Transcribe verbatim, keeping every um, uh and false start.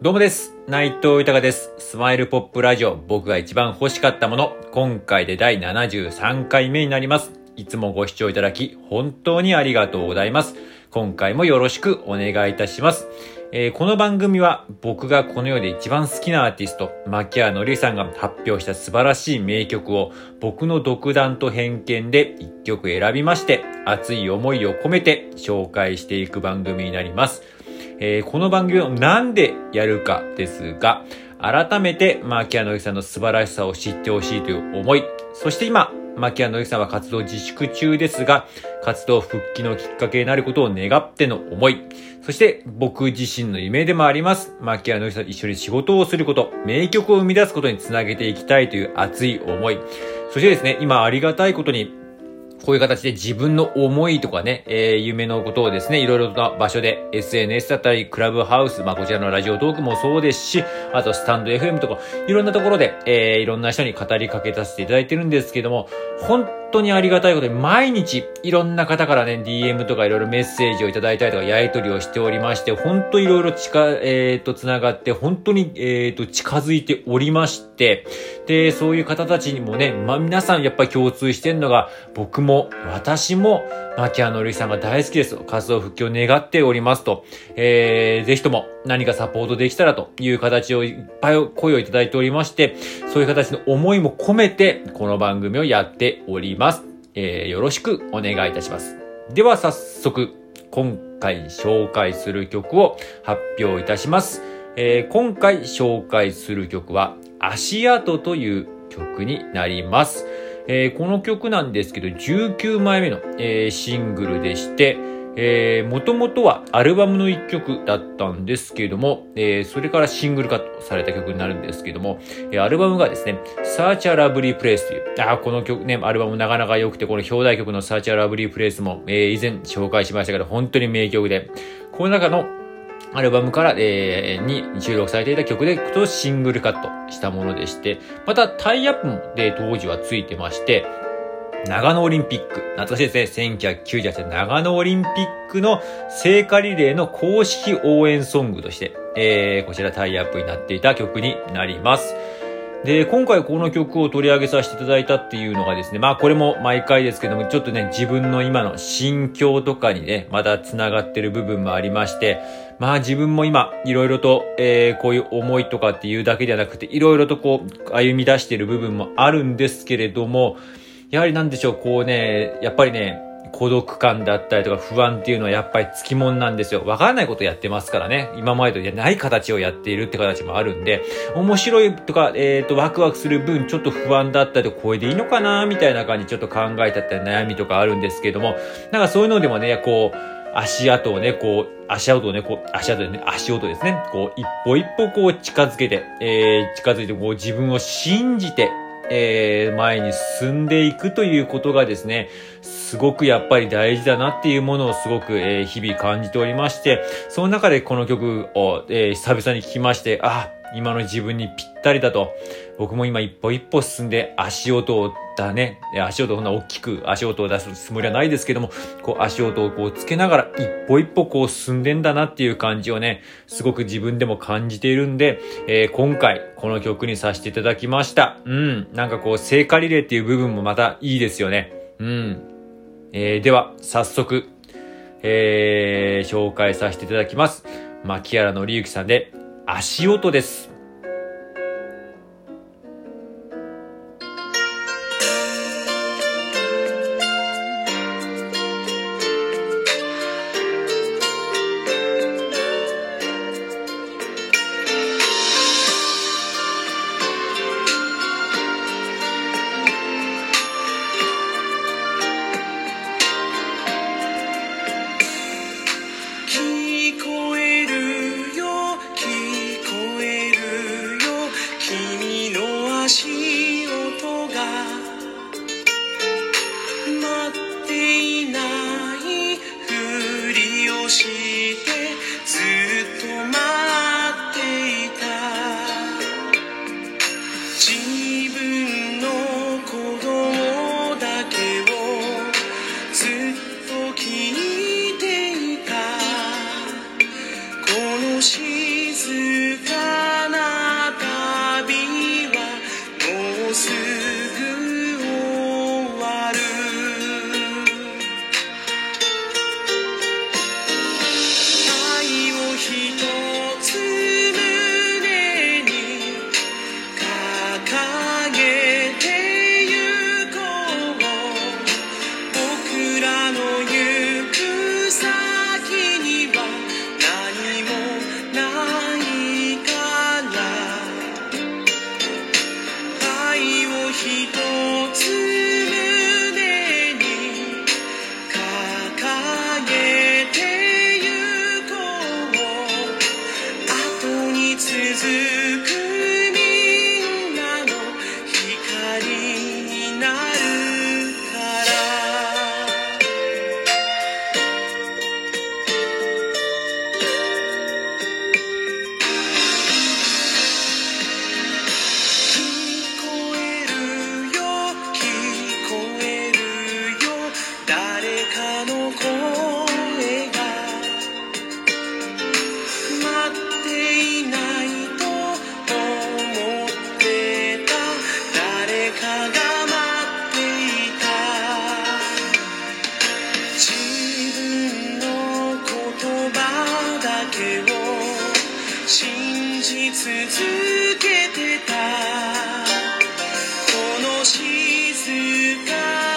どうもです。内藤豊です。スマイルポップラジオ、僕が一番欲しかったもの、今回でだいななじゅうさんかいめになります。いつもご視聴いただき、本当にありがとうございます。今回もよろしくお願いいたします。えー、この番組は僕がこの世で一番好きなアーティスト、牧原紀之さんが発表した素晴らしい名曲を僕の独断と偏見で一曲選びまして、熱い思いを込めて紹介していく番組になります。えー、この番組をなんでやるかですが、改めて牧原紀之さんの素晴らしさを知ってほしいという思い、そして今、牧原紀之さんは活動自粛中ですが、活動復帰のきっかけになることを願っての思い、そして僕自身の夢でもあります、牧原紀之さんと一緒に仕事をすること、名曲を生み出すことにつなげていきたいという熱い思い、そしてですね、今ありがたいことに、こういう形で自分の思いとかね、えー、夢のことをですね、いろいろな場所で エスエヌエス だったり、クラブハウス、まあこちらのラジオトークもそうですし、あとスタンド エフエム とか、いろんなところで、えー、いろんな人に語りかけさせていただいてるんですけども、本当にありがたいことに毎日いろんな方からね、ディーエム とかいろいろメッセージをいただいたりとか、やり取りをしておりまして、本当いろいろ近、えーと、つながって、本当に、えーと、近づいておりまして、で、そういう方たちにもね、まあ皆さんやっぱり共通してるのが、僕も、私も、牧原紀之さんが大好きですと、活動復帰を願っておりますと、えー、ぜひとも何かサポートできたらという形をいっぱい声をいただいておりまして、そういう形の思いも込めて、この番組をやっております。えー、よろしくお願いいたします。では早速、今回紹介する曲を発表いたします。えー、今回紹介する曲は、足跡という曲になります。えー、この曲なんですけど、じゅうきゅうまいめの、えー、シングルでして、えー、元々はアルバムの一曲だったんですけれども、えー、それからシングルカットされた曲になるんですけれども、えー、アルバムがですね、Such a Lovely Place という、あこの曲ね、アルバムなかなか良くて、この表題曲の Such a Lovely Place も、えー、以前紹介しましたけど、本当に名曲で、この中のアルバムから、えー、に収録されていた曲で、とシングルカットしたものでして、またタイアップもで当時はついてまして、長野オリンピック、懐かしいですね。せんきゅうひゃくきゅうじゅうはちねん長野オリンピックの聖火リレーの公式応援ソングとして、えー、こちらタイアップになっていた曲になります。で、今回この曲を取り上げさせていただいたっていうのがですね、まあこれも毎回ですけども、ちょっとね、自分の今の心境とかにね、まだ繋がってる部分もありまして、まあ自分も今、いろいろと、えー、こういう思いとかっていうだけではなくて、いろいろとこう、歩み出している部分もあるんですけれども、やはりなんでしょう、こうね、やっぱりね、孤独感だったりとか不安っていうのはやっぱりつきもんなんですよ。わからないことやってますからね。今までとない形をやっているって形もあるんで、面白いとか、えっと、ワクワクする分ちょっと不安だったりとか、これでいいのかなみたいな感じちょっと考えたったり悩みとかあるんですけども、なんかそういうのでもね、こう、足跡をね、こう、足跡をね、こう、足跡でね、足音ですね。こう、一歩一歩こう近づけて、えー、近づいてこう自分を信じて、えー、前に進んでいくということがですね、すごくやっぱり大事だなっていうものをすごく、えー、日々感じておりまして、その中でこの曲を、えー、久々に聴きまして、あ、今の自分にぴったりだと、僕も今一歩一歩進んで足音をだね、足音をそんな大きく足音を出すつもりはないですけども、こう足音をこうつけながら一歩一歩こう進んでんだなっていう感じをね、すごく自分でも感じているんで、えー、今回この曲にさせていただきました。うん、なんかこう聖火リレーっていう部分もまたいいですよね。うん。えー、では早速、えー、紹介させていただきます。牧原紀之さんで足音です。 聞こえるよ聞こえるつけてたこの静か